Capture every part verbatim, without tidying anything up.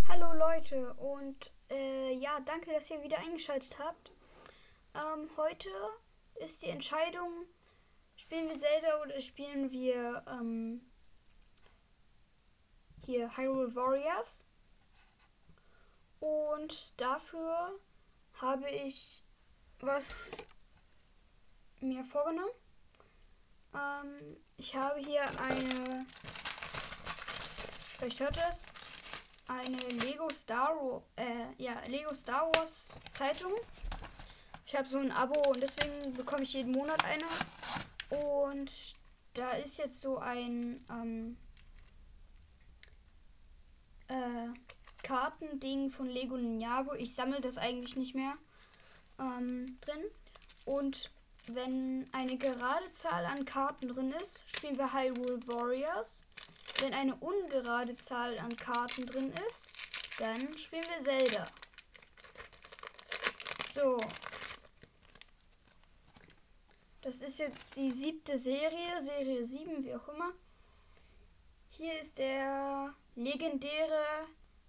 Hallo Leute und äh, ja, danke, dass ihr wieder eingeschaltet habt. Ähm, heute ist die Entscheidung, spielen wir Zelda oder spielen wir ähm, hier Hyrule Warriors. Und dafür habe ich was mir vorgenommen. Ähm, ich habe hier eine, vielleicht hört ihr es, eine Lego Star Wars, äh, ja, Lego Star Wars Zeitung. Ich habe so ein Abo und deswegen bekomme ich jeden Monat eine. Und da ist jetzt so ein ähm, äh, Kartending von Lego Ninjago. Ich sammle das eigentlich nicht mehr ähm, drin. Und wenn eine gerade Zahl an Karten drin ist, spielen wir Hyrule Warriors. Wenn eine ungerade Zahl an Karten drin ist, dann spielen wir Zelda. So. Das ist jetzt die siebte Serie, Serie sieben, wie auch immer. Hier ist der legendäre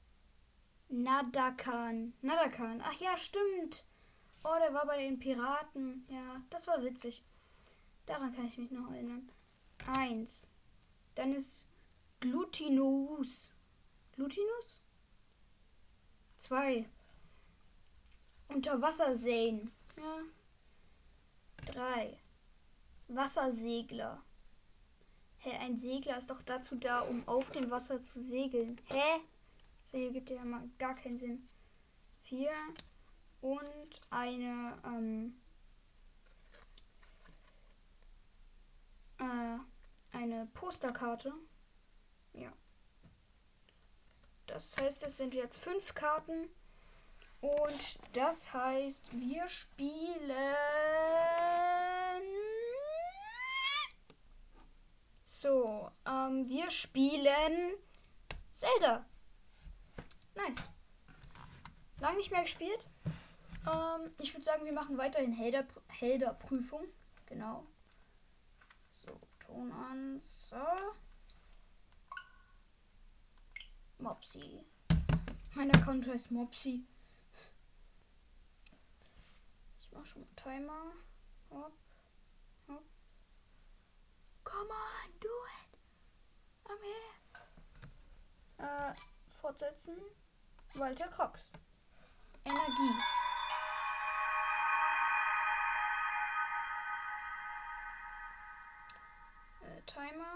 Nadakan. Nadakan, ach ja, stimmt. Oh, der war bei den Piraten. Ja, das war witzig. Daran kann ich mich noch erinnern. Eins. Dann ist Glutinous. Glutinus? Zwei. Unterwasserseen. Ja. Drei. Wassersegler. Hä, ein Segler ist doch dazu da, um auf dem Wasser zu segeln. Hä? Das hier gibt ja mal gar keinen Sinn. Vier. Und eine, ähm, äh, eine Posterkarte. Ja. Das heißt, es sind jetzt fünf Karten. Und das heißt, wir spielen so, ähm, wir spielen Zelda. Nice. Lange nicht mehr gespielt. Ähm, ich würde sagen, wir machen weiterhin Helder-Prüfung. Genau. So, Ton an. So. Mopsy. Mein Account heißt Mopsy. Ich mach schon mal Timer. Hopp. Hopp. Come on, do it. I'm here. Äh, fortsetzen. Walter Cox. Energie. Äh, Timer.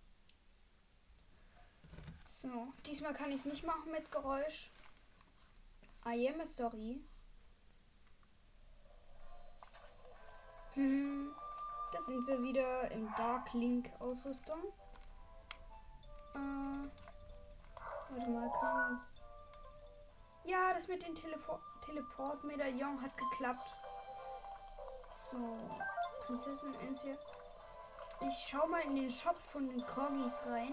So, diesmal kann ich es nicht machen mit Geräusch. I am sorry. Hm, da sind wir wieder im Dark Link Ausrüstung. Äh, warte mal, kann uns... Ja, das mit dem Telefo- Teleport-Medaillon hat geklappt. So, Prinzessin Enzia. Ich schau mal in den Shop von den Corgis rein.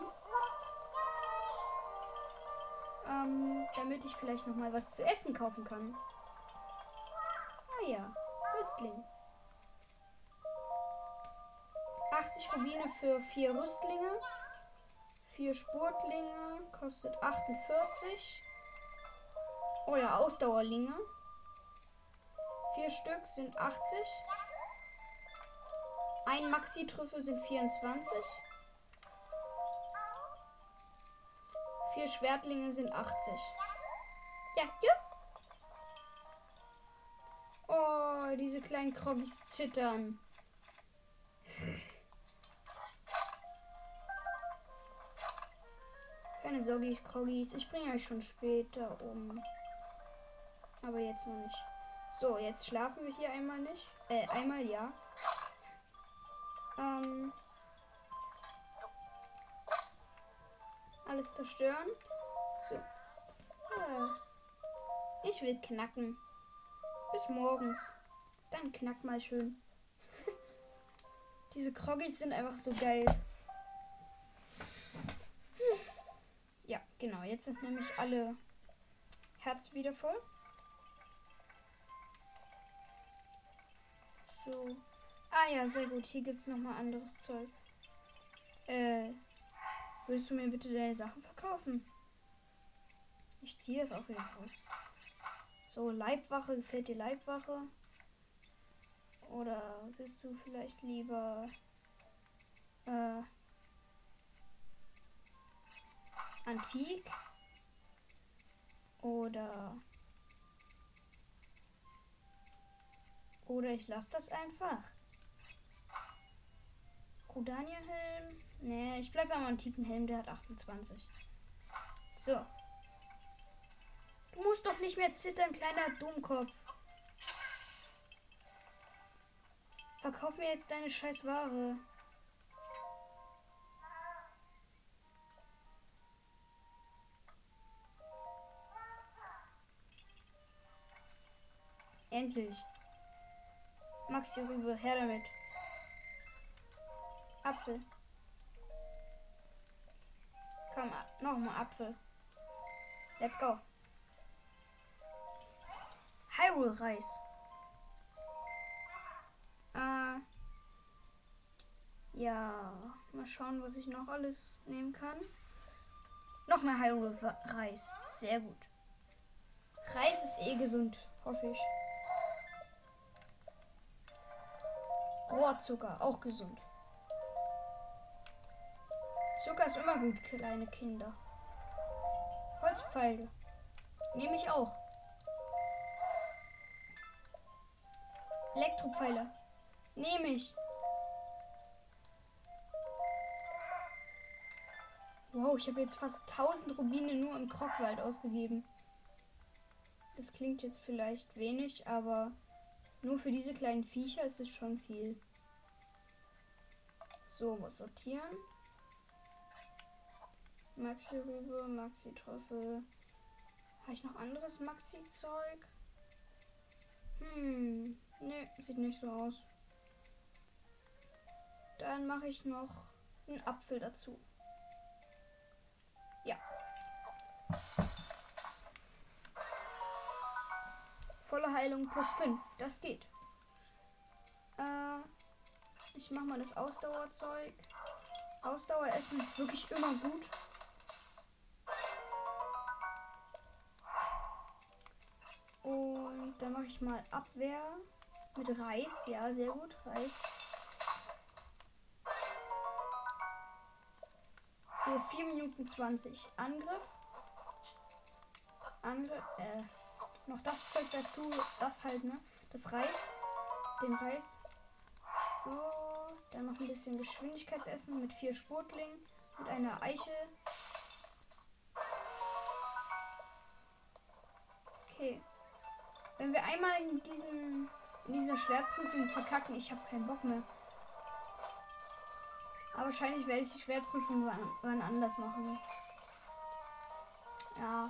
Ähm, damit ich vielleicht noch mal was zu essen kaufen kann. Ah ja, Rüstling. achtzig Rubine für vier Rüstlinge. vier Spurtlinge kostet achtundvierzig. Oh ja, Ausdauerlinge. vier Stück sind achtzig. Ein Maxi-Trüffel sind vierundzwanzig. vier Schwertlinge sind achtzig. Ja, ja. Oh, diese kleinen Kroggis zittern. Keine Sorge, Kroggis. Ich bringe euch schon später um. Aber jetzt noch nicht. So, jetzt schlafen wir hier einmal nicht. Äh, einmal ja. Ähm. Alles zerstören. So. Ah. Ich will knacken. Bis morgens. Dann knack mal schön. Diese Kroggis sind einfach so geil. Ja, genau. Jetzt sind nämlich alle Herzen wieder voll. So. Ah ja, sehr gut. Hier gibt es nochmal anderes Zeug. Äh, willst du mir bitte deine Sachen verkaufen? Ich ziehe das auch wieder raus. So, Leibwache. Gefällt dir Leibwache? Oder bist du vielleicht lieber äh, antik? Oder oder ich lasse das einfach. Rodania-Helm? Nee, ich bleibe beim antiken Helm, der hat achtundzwanzig. So. Du musst doch nicht mehr zittern, kleiner Dummkopf. Verkauf mir jetzt deine scheiß Ware. Endlich. Maxi Rübe, her damit. Apfel. Komm, nochmal Apfel. Let's go. Hyrule Reis. Äh. Ja. Mal schauen, was ich noch alles nehmen kann. Noch mehr Hyrule Reis. Sehr gut. Reis ist eh gesund, hoffe ich. Rohrzucker, auch gesund. Zucker ist immer gut, kleine Kinder. Holzpfeile. Nehme ich auch. Elektropfeile. Nehme ich. Wow, ich habe jetzt fast tausend Rubine nur im Krogwald ausgegeben. Das klingt jetzt vielleicht wenig, aber nur für diese kleinen Viecher ist es schon viel. So, was sortieren. Maxi-Rübe, Maxi-Trüffel. Habe ich noch anderes Maxi-Zeug? Hm, ne, sieht nicht so aus. Dann mache ich noch einen Apfel dazu. Ja. Volle Heilung plus fünf. Das geht. Äh, ich mache mal das Ausdauerzeug. Ausdaueressen ist wirklich immer gut. Und dann mache ich mal Abwehr mit Reis. Ja, sehr gut. Reis. Für vier Minuten zwanzig. Angriff. Angriff. Äh, noch das Zeug dazu. Das halt, ne? Das Reis. Den Reis. So. Dann noch ein bisschen Geschwindigkeitsessen mit vier Sportlingen. Und einer Eichel. Okay. Wenn wir einmal in diesen in dieser Schwertprüfung verkacken, ich habe keinen Bock mehr. Aber wahrscheinlich werde ich die Schwertprüfung wann, wann anders machen. Ja.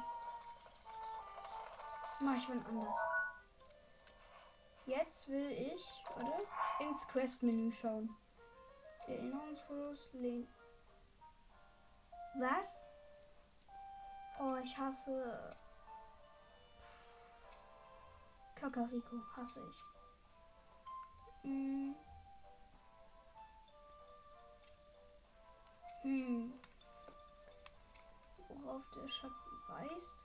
Mach ich wann anders. Jetzt will ich, warte, ins Quest-Menü schauen. Erinnerungsfotos lehnen. Was? Oh, ich hasse Kakariko, hasse ich. Hm. Hm. Worauf der Schatten weist.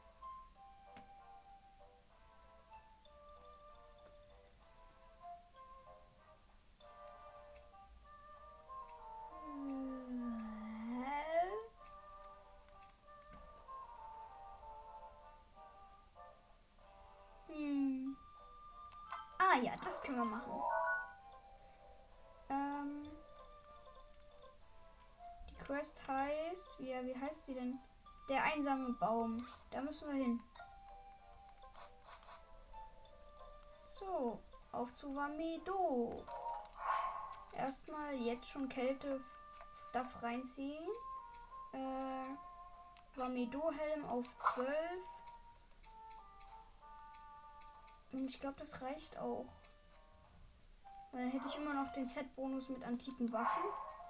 Hm. Ah ja, das können wir machen. Ähm, die Quest heißt, ja, wie heißt die denn? Der einsame Baum. Da müssen wir hin. So, auf zu Wamedo. Erstmal jetzt schon Kälte-Stuff reinziehen. Äh, Wamedo-Helm auf zwölf. Und ich glaube, das reicht auch. Und dann hätte ich immer noch den Z-Bonus mit antiken Waffen.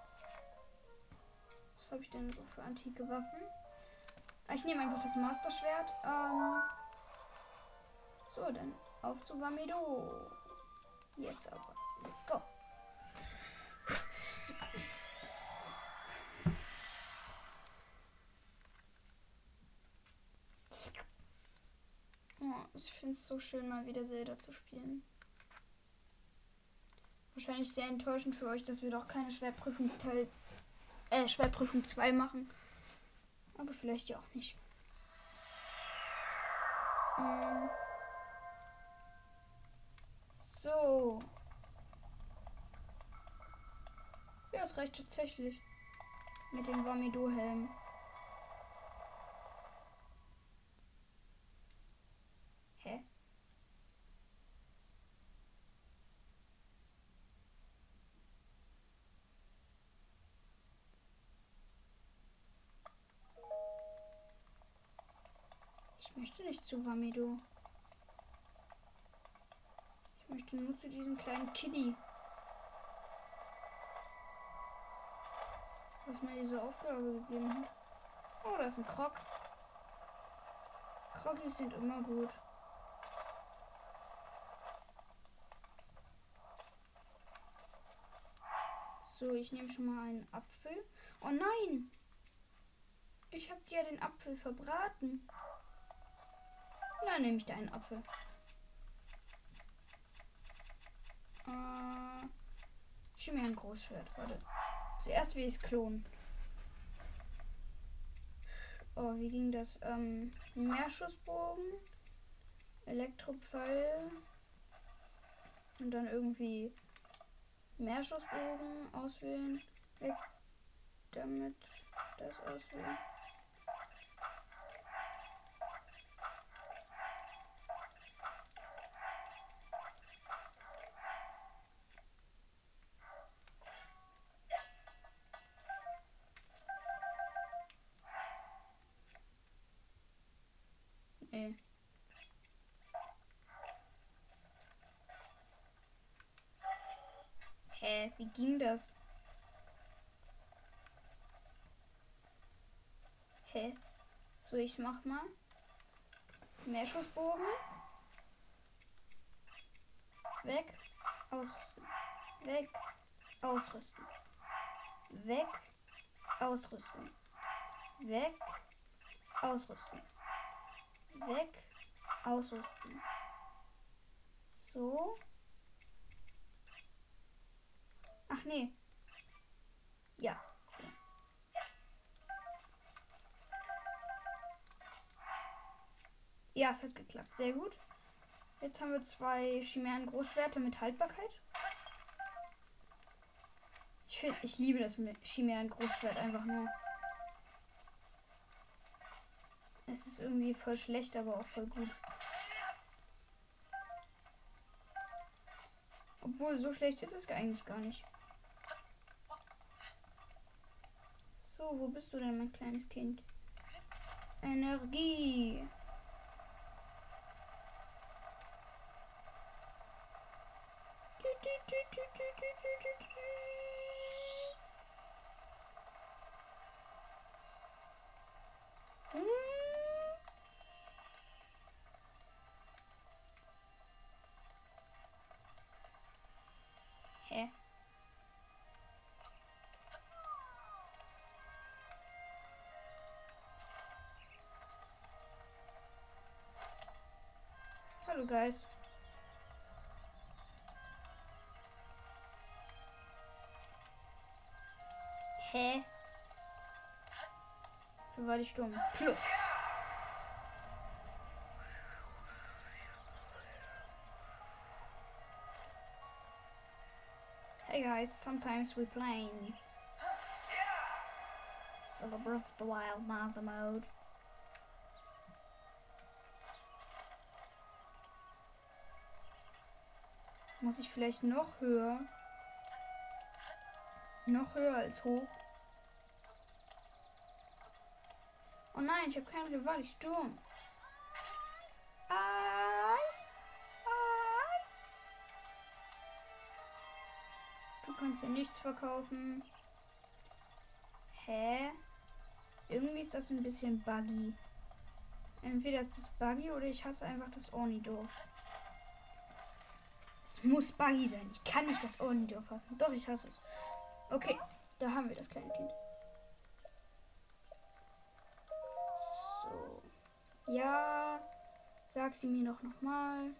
Was habe ich denn so für antike Waffen? Ich nehme einfach das Master-Schwert. Ähm so, dann auf zu Wamedo. Jetzt aber. Let's go. Ich finde es so schön, mal wieder Zelda zu spielen. Wahrscheinlich sehr enttäuschend für euch, dass wir doch keine Schwerprüfung Teil, äh, Schwerprüfung zwei machen. Aber vielleicht ja auch nicht. Hm. So. Ja, es reicht tatsächlich. Mit dem Wamido-Helm. Hä? Ich möchte nicht zu Wamido. Ich möchte nur zu diesem kleinen Kiddie. Was mir diese Aufgabe gegeben hat. Oh, da ist ein Krog. Krogis sind immer gut. So, ich nehme schon mal einen Apfel. Oh nein! Ich habe dir den Apfel verbraten. Dann nehme ich da einen Apfel. Äh, Chimären Großschwert, warte. Zuerst will ich es klonen. Oh, wie ging das? Ähm, Meerschussbogen, Elektropfeil und dann irgendwie Meerschussbogen auswählen. Weg damit, das auswählen. Nee. Hä, wie ging das? Hä? So, ich mach mal. Meerschussbogen. Weg. Ausrüsten. Weg. Ausrüsten. Weg. Ausrüsten. Weg. Ausrüsten. Weg. Ausrüsten. So. Ach nee. Ja. So. Ja, es hat geklappt. Sehr gut. Jetzt haben wir zwei Chimären Großschwerter mit Haltbarkeit. Ich finde, ich liebe das Chimären Großschwert einfach nur. Es ist irgendwie voll schlecht, aber auch voll gut. Obwohl, so schlecht ist es eigentlich gar nicht. So, wo bist du denn, mein kleines Kind? Energie. Hä? Hallo, Guys. Hä? So war die Sturm. Plus. Hey guys, sometimes we playing Zelda Breath of the Wild Master Mode. Muss ich vielleicht noch höher? Noch höher als hoch? Oh nein, ich habe keinen Rival, ich Sturm. Ai, ai. Du kannst ja nichts verkaufen. Hä? Irgendwie ist das ein bisschen buggy. Entweder ist das buggy oder ich hasse einfach das Ornidorf. Es muss buggy sein. Ich kann nicht das Ornidorf hassen. Doch, ich hasse es. Okay, da haben wir das kleine Kind. So. Ja. Sag sie mir doch nochmal.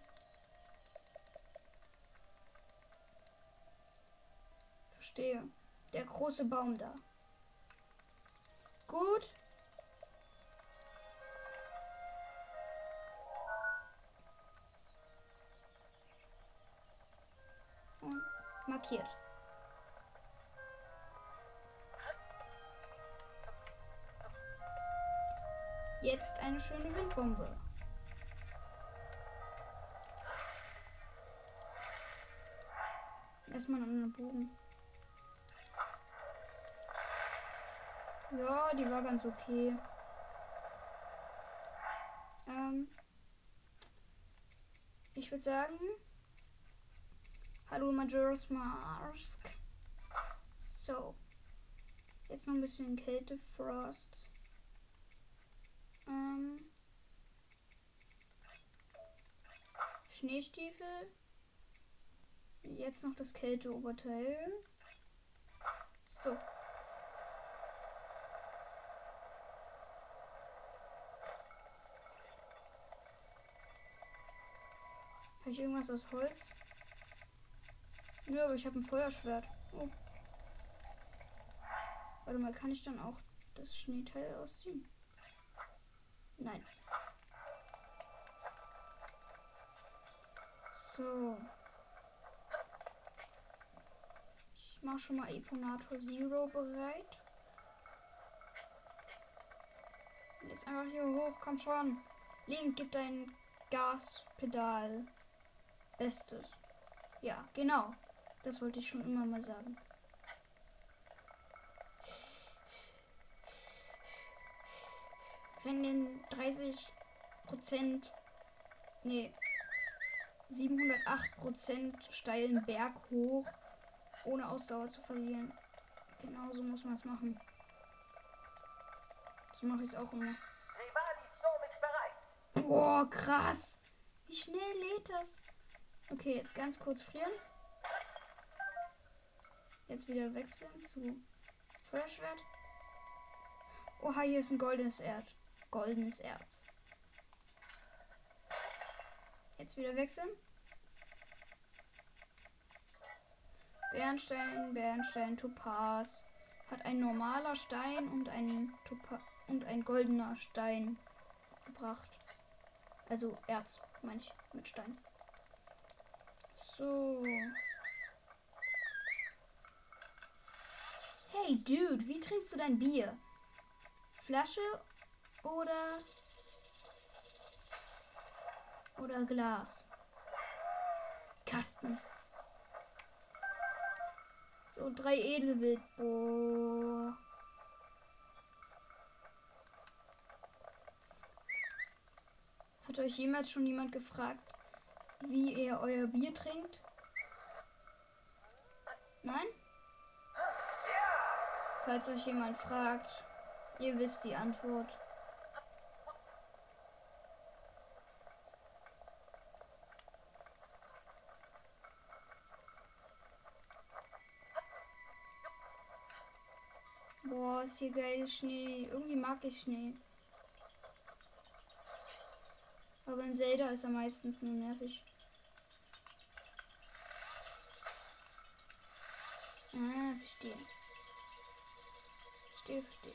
Verstehe. Der große Baum da. Gut. Und markiert. Jetzt eine schöne Windbombe. Erstmal an einen Bogen. Ja, die war ganz okay. Ähm, ich würde sagen, hallo Majora's Mask. So, jetzt noch ein bisschen Kälte, Frost. Ähm, Schneestiefel. Jetzt noch das Kälteoberteil. So. Habe ich irgendwas aus Holz? Ja, aber ich habe ein Feuerschwert. Oh. Warte mal, kann ich dann auch das Schneeteil ausziehen? Nein. So. Ich mache schon mal Eponator Zero bereit. Und jetzt einfach hier hoch, komm schon. Link, gib dein Gaspedal. Bestes. Ja, genau. Das wollte ich schon immer mal sagen. Wenn den dreißig Prozent, nee, siebenhundertacht Prozent steilen Berg hoch, ohne Ausdauer zu verlieren. Genauso muss man es machen. So mache ich es auch immer. Rivalis Sturm ist bereit. Boah, krass. Wie schnell lädt das? Okay, jetzt ganz kurz frieren. Jetzt wieder wechseln zu Feuerschwert. Oha, hier ist ein goldenes Erd. Goldenes Erz. Jetzt wieder wechseln. Bernstein, Bernstein, Topaz. Hat ein normaler Stein und ein Topa und ein goldener Stein gebracht. Also Erz, meine ich, mit Stein. So. Hey Dude, wie trinkst du dein Bier? Flasche oder oder Glas? Kasten. So, drei Edelwild. Boah. Hat euch jemals schon jemand gefragt, wie ihr euer Bier trinkt? Nein? Falls euch jemand fragt, ihr wisst die Antwort. Boah, ist hier geil Schnee. Irgendwie mag ich Schnee. Aber in Zelda ist er meistens nur nervig. Ah, verstehe. Verstehe, verstehe.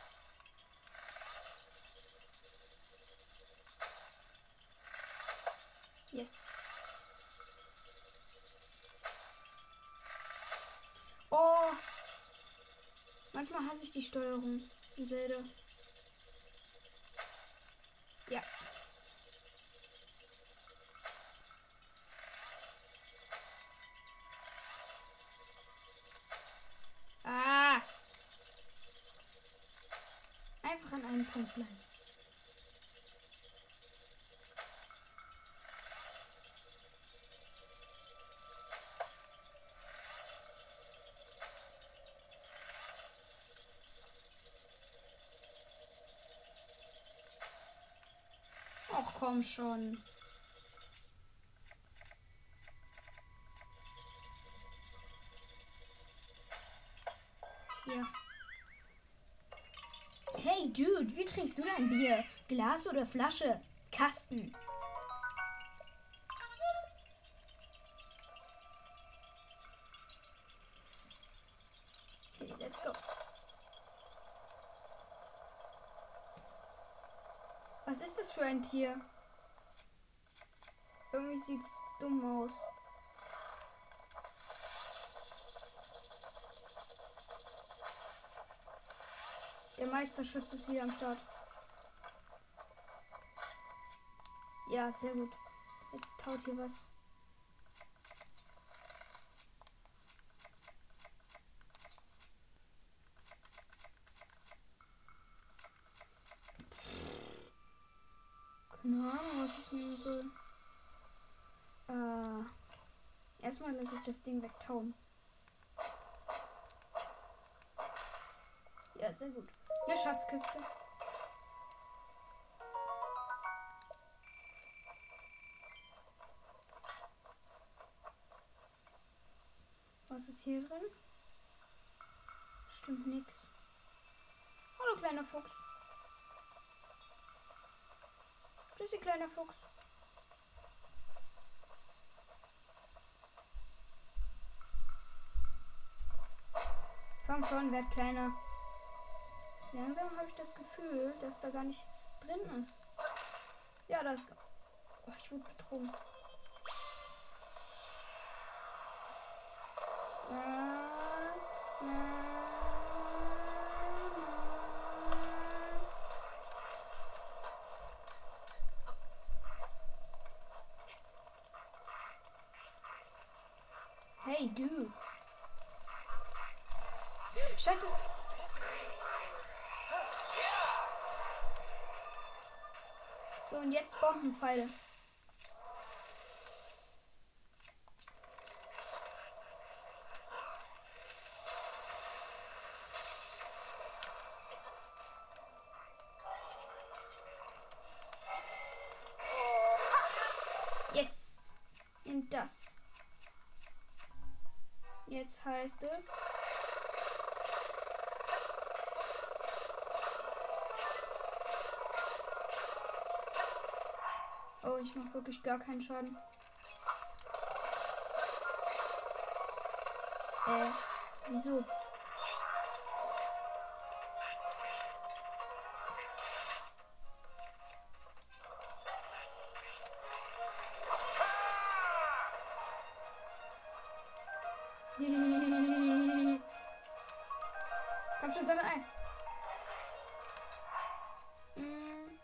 Yes. Oh! Manchmal hasse ich die Steuerung in Zelda. Ja. Ah! Einfach an einem Punkt bleiben. Ach komm schon. Ja. Hey Dude, wie trinkst du dein Bier? Glas oder Flasche? Kasten. Was ist das für ein Tier? Irgendwie sieht's dumm aus. Der Meisterschütze ist wieder am Start. Ja, sehr gut. Jetzt taut hier was. Keine Ahnung, was ich nehmen soll. Äh, erstmal lasse ich das Ding wegtauen. Ja, sehr gut. Eine Schatzkiste. Was ist hier drin? Stimmt nix. Hallo, kleiner Fuchs. Tschüssi, kleiner Fuchs. Komm schon, werd kleiner. Langsam habe ich das Gefühl, dass da gar nichts drin ist. Ja, da ist... Oh, ich wurde betrogen. Hey, Dude. Scheiße. So, und jetzt Bombenpfeile. Yes. Und das. Jetzt heißt es... Oh, ich mache wirklich gar keinen Schaden. Äh, wieso? Komm schon, sammel ein. Mm.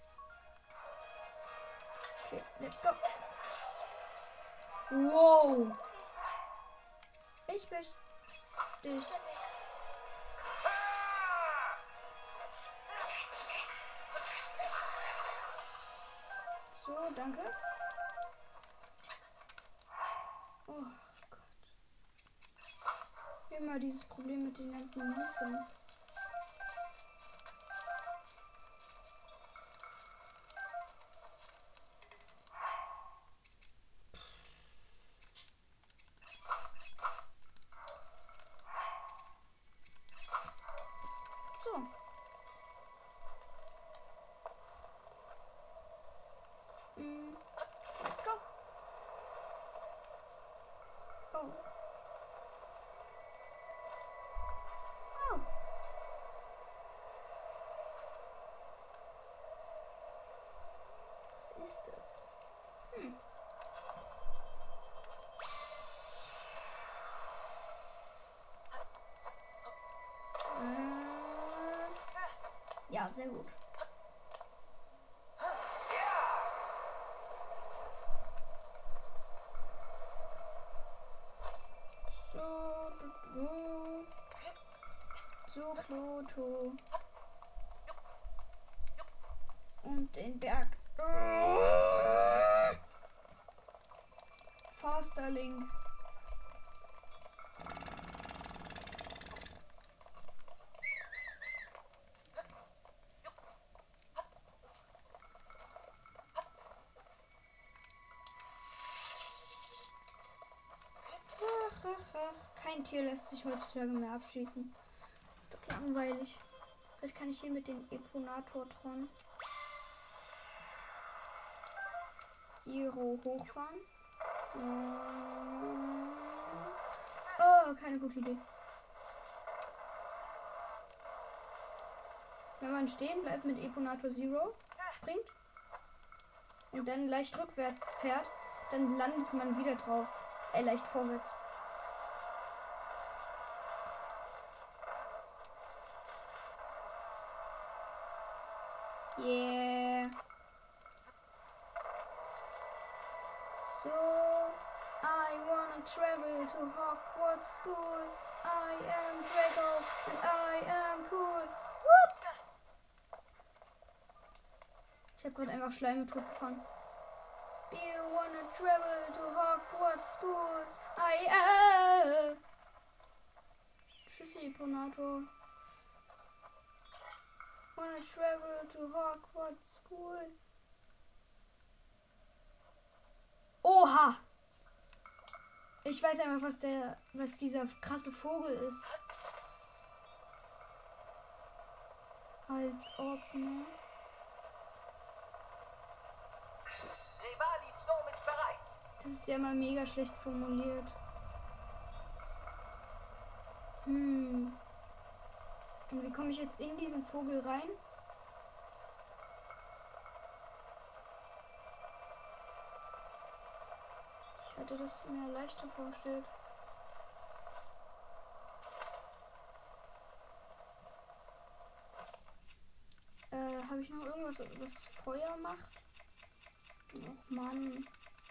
Okay, let's go. Wow. Ich bin dich. So, danke. Oh Gott. Immer dieses Problem mit den ganzen Monstern. So. Mm. Let's go. Oh. Oh. Was ist das? Hm. Äh. Ja, sehr gut. So, du, so, Pluto. Und den Berg. Fasterling. Ach, ach, ach. Kein Tier lässt sich heutzutage mehr abschießen. Ist doch langweilig. Vielleicht kann ich hier mit dem Eponator-Tron Zero hochfahren. Oh, keine gute Idee. Wenn man stehen bleibt mit Eponator Zero, springt und dann leicht rückwärts fährt, dann landet man wieder drauf. Äh, leicht vorwärts. Yeah. So, I wanna travel to Hogwarts School. I am Draco and I am cool. Whoop. Ich hab gerade einfach Schleim tot gefahren. Do you wanna travel to Hogwarts School? I am. Tschüssi, Ponator. Wanna travel to Hogwarts School? Oha! Ich weiß einfach, was der, was dieser krasse Vogel ist. Als ob, ne? Rivalis Sturm ist bereit. Das ist ja mal mega schlecht formuliert. Hm. Und wie komme ich jetzt in diesen Vogel rein? Ich hatte das mir leichter vorgestellt. Äh, habe ich noch irgendwas, was Feuer macht? Och Mann.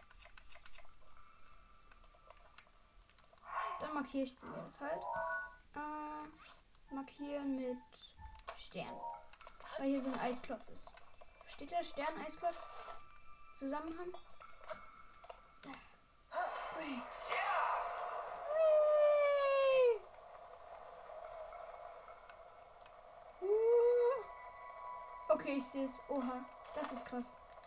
Dann markiere ich mir das halt. Äh, markieren mit Stern. Weil hier so ein Eisklotz ist. Steht der Stern-Eisklotz? Zusammenhang? Great. Okay, ich sehe es. Oha, das ist krass.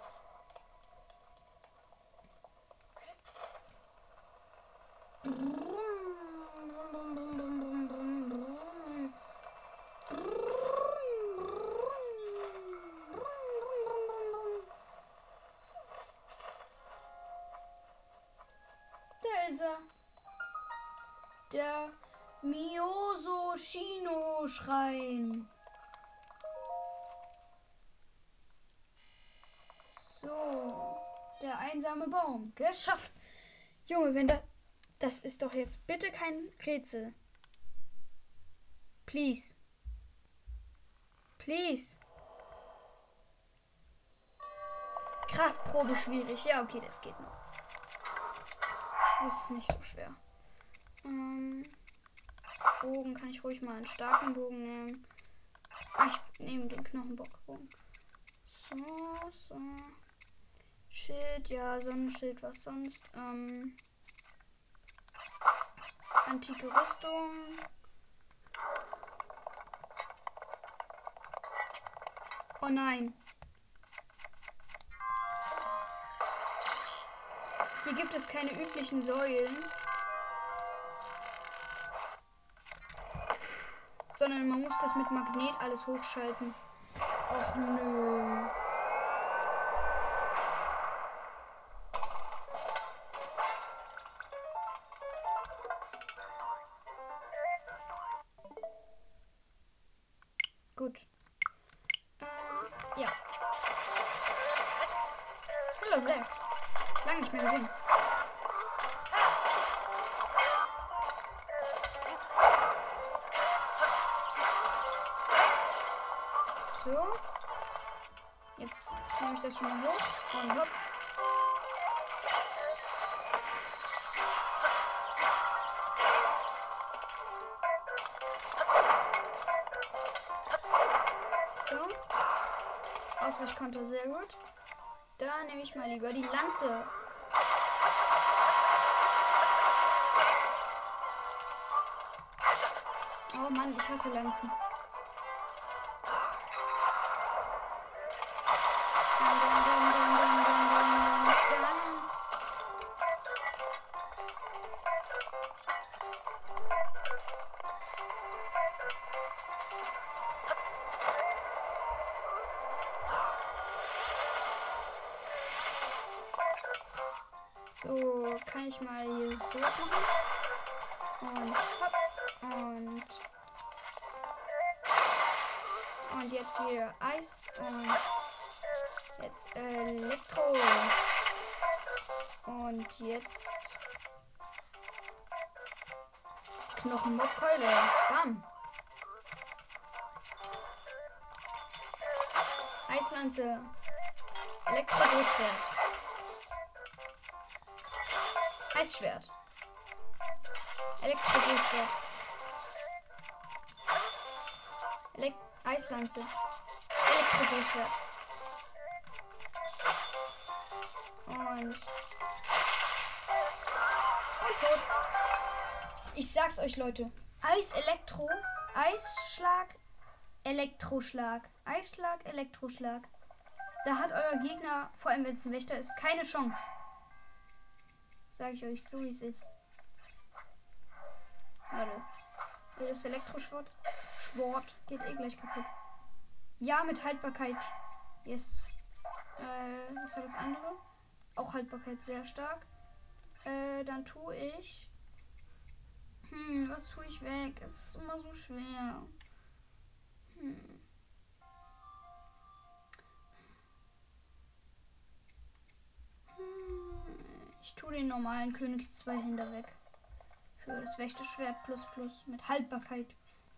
Da ist er. Der Miyoso-Shino-Schrein. So, der einsame Baum. Geschafft. Junge, wenn das... Das ist doch jetzt bitte kein Rätsel. Please. Please. Kraftprobe schwierig. Ja, okay, das geht noch. Das ist nicht so schwer. Ähm, Bogen kann ich ruhig mal einen starken Bogen nehmen. Ah, ich nehme den Knochenbockbogen. So, so. Schild, ja, Sonnenschild, was sonst? Ähm, antike Rüstung. Oh nein. Hier gibt es keine üblichen Säulen, sondern man muss das mit Magnet alles hochschalten. Och nö. Gut. Äh, ja. Hallo, Blair. Lange nicht mehr gesehen. So. Jetzt nehme ich das schon mal hoch. Und hopp. So. Ausweichkonter, sehr gut. Da nehme ich mal lieber die Lanze. Oh Mann, ich hasse Lanzen. So, kann ich mal hier sowas machen. Und hopp. Und. Und jetzt wieder Eis. Und. Jetzt Elektro. Und jetzt Knochenmockkeule. Bam. Eislanze. Elektro-Durchschwert. Eisschwert. Elektro-Durchschwert. Elek Eislanze. Elektro-Durchschwert. Und. Und tot. Ich sag's euch, Leute. Eis, Elektro, Eisschlag, Elektroschlag. Eisschlag, Elektroschlag. Da hat euer Gegner, vor allem wenn es ein Wächter ist, keine Chance. Sag ich euch, so wie es ist. Warte. Das Elektroschwert Schwert geht eh gleich kaputt. Ja, mit Haltbarkeit. Yes. Äh, was war das andere? Auch Haltbarkeit sehr stark. Äh, dann tue ich. Hm, was tue ich weg? Es ist immer so schwer. Hm. Ich tue den normalen Königs zwei Hände weg. Für das Wächterschwert plus plus mit Haltbarkeit.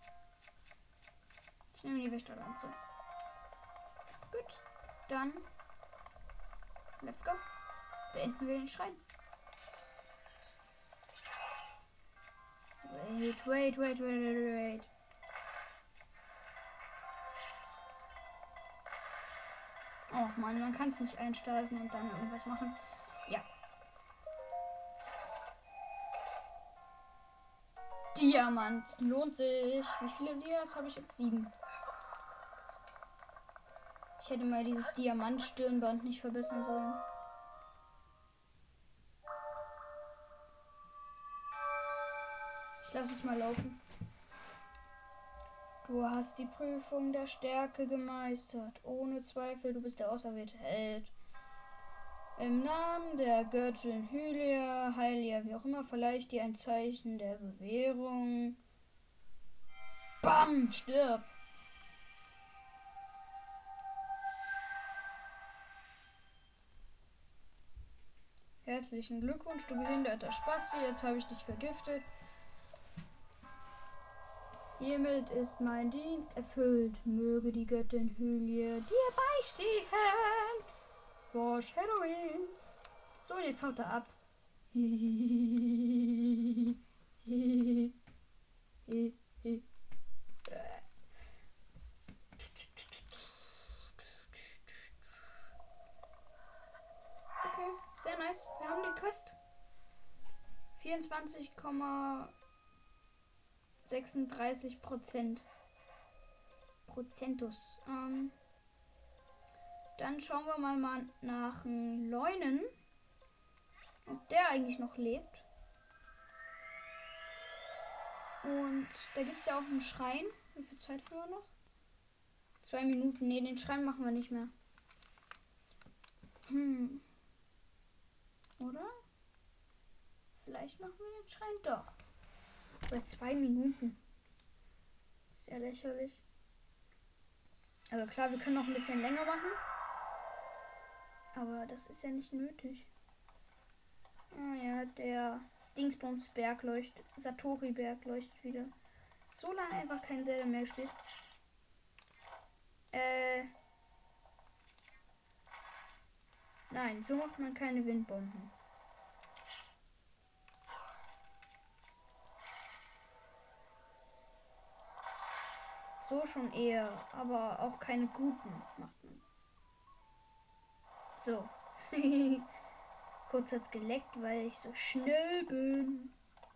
Ich nehme die Wächterlanze. Gut. Dann. Let's go. Beenden wir den Schrein. Wait, wait, wait, wait, wait. Oh Mann, man kann es nicht einstasen und dann irgendwas machen. Ja. Diamant. Lohnt sich. Wie viele Dias habe ich jetzt? Sieben. Ich hätte mal dieses Diamant-Stirnband nicht verbessern sollen. Ich lasse es mal laufen. Du hast die Prüfung der Stärke gemeistert. Ohne Zweifel, du bist der auserwählte Held. Im Namen der Göttin Hylia, Hylia, wie auch immer, verleihe ich dir ein Zeichen der Bewährung. Bam! Stirb! Herzlichen Glückwunsch, du behinderter Spasti. Jetzt habe ich dich vergiftet. Hiermit ist mein Dienst erfüllt. Möge die Göttin Hylia dir beistehen. Foreshadowing. So, und jetzt haut er ab. Okay, sehr nice. Wir haben die Quest. vierundzwanzig Komma sechsunddreißig Prozent. Prozentus. Ähm, dann schauen wir mal, mal nach einem Leunen. Ob der eigentlich noch lebt. Und da gibt es ja auch einen Schrein. Wie viel Zeit haben wir noch? Zwei Minuten. Ne, den Schrein machen wir nicht mehr. Hm. Oder? Vielleicht machen wir den Schrein doch. Bei zwei Minuten. Sehr lächerlich. Also klar, wir können noch ein bisschen länger machen. Aber das ist ja nicht nötig. Ah ja, der Dingsbumsberg leuchtet. Satori-Berg leuchtet wieder. So lange einfach kein Zelda mehr gespielt. Äh. Nein, so macht man keine Windbomben. So schon eher, aber auch keine guten macht man. So. Kurz hat's geleckt, weil ich so schnell bin.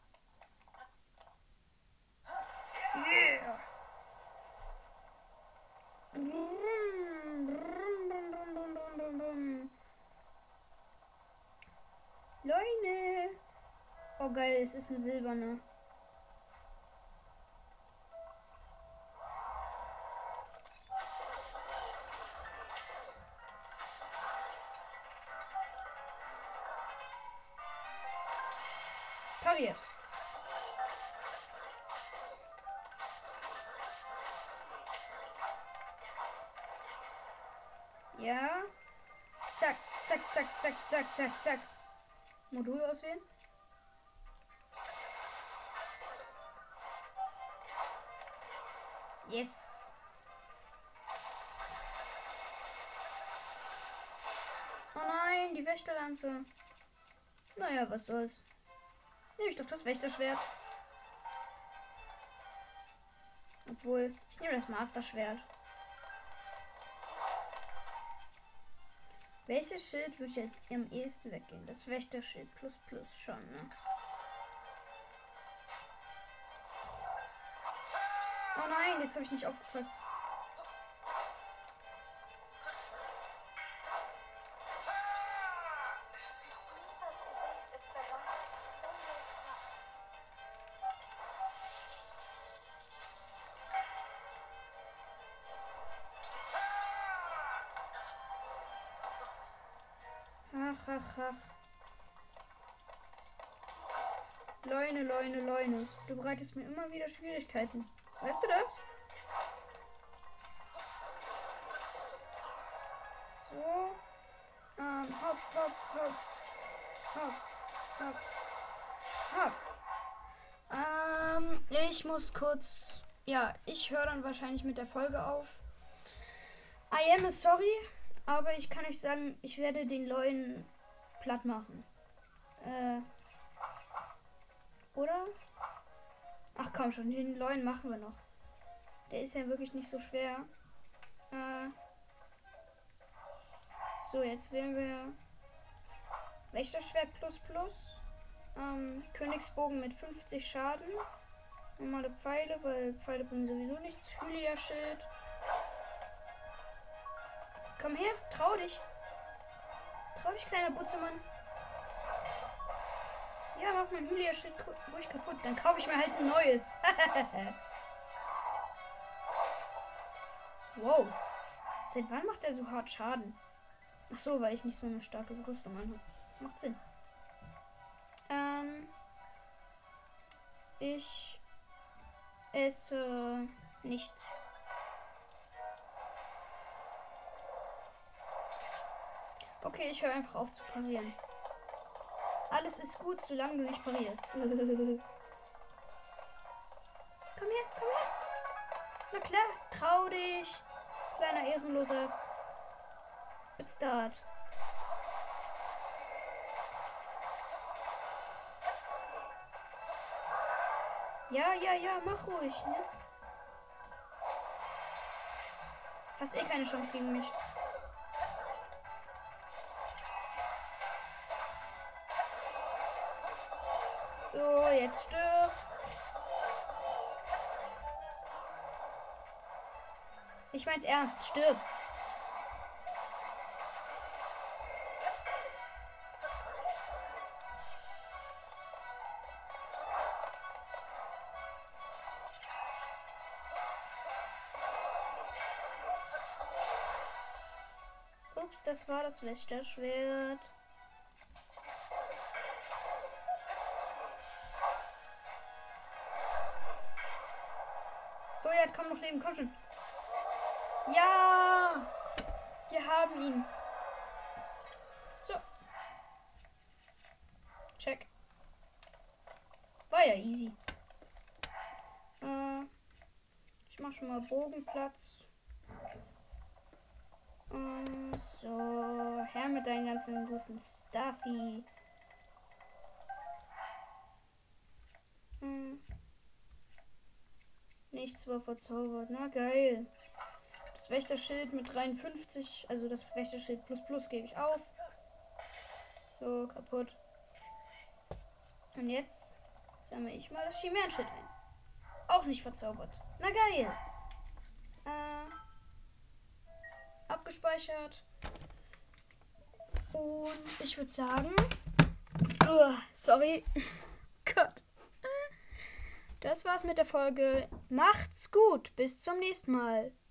Yeah. Leune. Oh geil, es ist ein silberner. Pariert. Ja, zack, zack, zack, zack, zack, zack. Modul auswählen. Yes. Oh nein, die Wächterlanze. Naja, was soll's. Nehme ich doch das Wächterschwert. Obwohl, ich nehme das Masterschwert. Welches Schild würde ich jetzt am ehesten weggehen? Das Wächterschild plus plus schon, ne? Oh nein, jetzt habe ich nicht aufgepasst. Ach, ach, ach. Leune, Leune, Leune. Du bereitest mir immer wieder Schwierigkeiten. Weißt du das? So. Ähm, hopp, hopp, hopp. Hopp, hopp, hopp. Ähm, ich muss kurz... Ja, ich höre dann wahrscheinlich mit der Folge auf. I am sorry. Aber ich kann euch sagen, ich werde den Leuen platt machen. Äh. Oder? Ach komm schon, den Leuen machen wir noch. Der ist ja wirklich nicht so schwer. Äh. So, jetzt wählen wir Wächterschwert plus plus. Ähm, Königsbogen mit fünfzig Schaden. Normale Pfeile, weil Pfeile bringen sowieso nichts. Hylia-Schild. Komm her, trau dich. Trau dich, kleiner Butzemann. Ja, mach mein Hylia-Schild ruhig kaputt. Dann kaufe ich mir halt ein neues. Wow. Seit wann macht er so hart Schaden? Ach so, weil ich nicht so eine starke Rüstung anhabe. Macht Sinn. Ähm. Ich esse nichts. Okay, ich höre einfach auf zu parieren. Alles ist gut, solange du nicht parierst. Komm her, komm her. Na klar, trau dich. Kleiner ehrenloser Bastard. Ja, ja, ja, mach ruhig. Ne? Hast eh keine Chance gegen mich. So, jetzt stirb. Ich mein's ernst, stirb. Ups, das war das Wächterschwert. So, er hat kaum noch Leben. Komm schon. Ja! Wir haben ihn. So. Check. War ja easy. Äh, ich mach schon mal Bogenplatz. Äh, so. Her mit deinen ganzen guten Stuffy. Hm. Nichts war verzaubert. Na geil. Das Wächterschild mit dreiundfünfzig. Also das Wächterschild plus plus gebe ich auf. So, kaputt. Und jetzt sammle ich mal das Chimären-Schild ein. Auch nicht verzaubert. Na geil. Äh, abgespeichert. Und ich würde sagen... Uh, sorry. Gott. Das war's mit der Folge. Macht's gut. Bis zum nächsten Mal.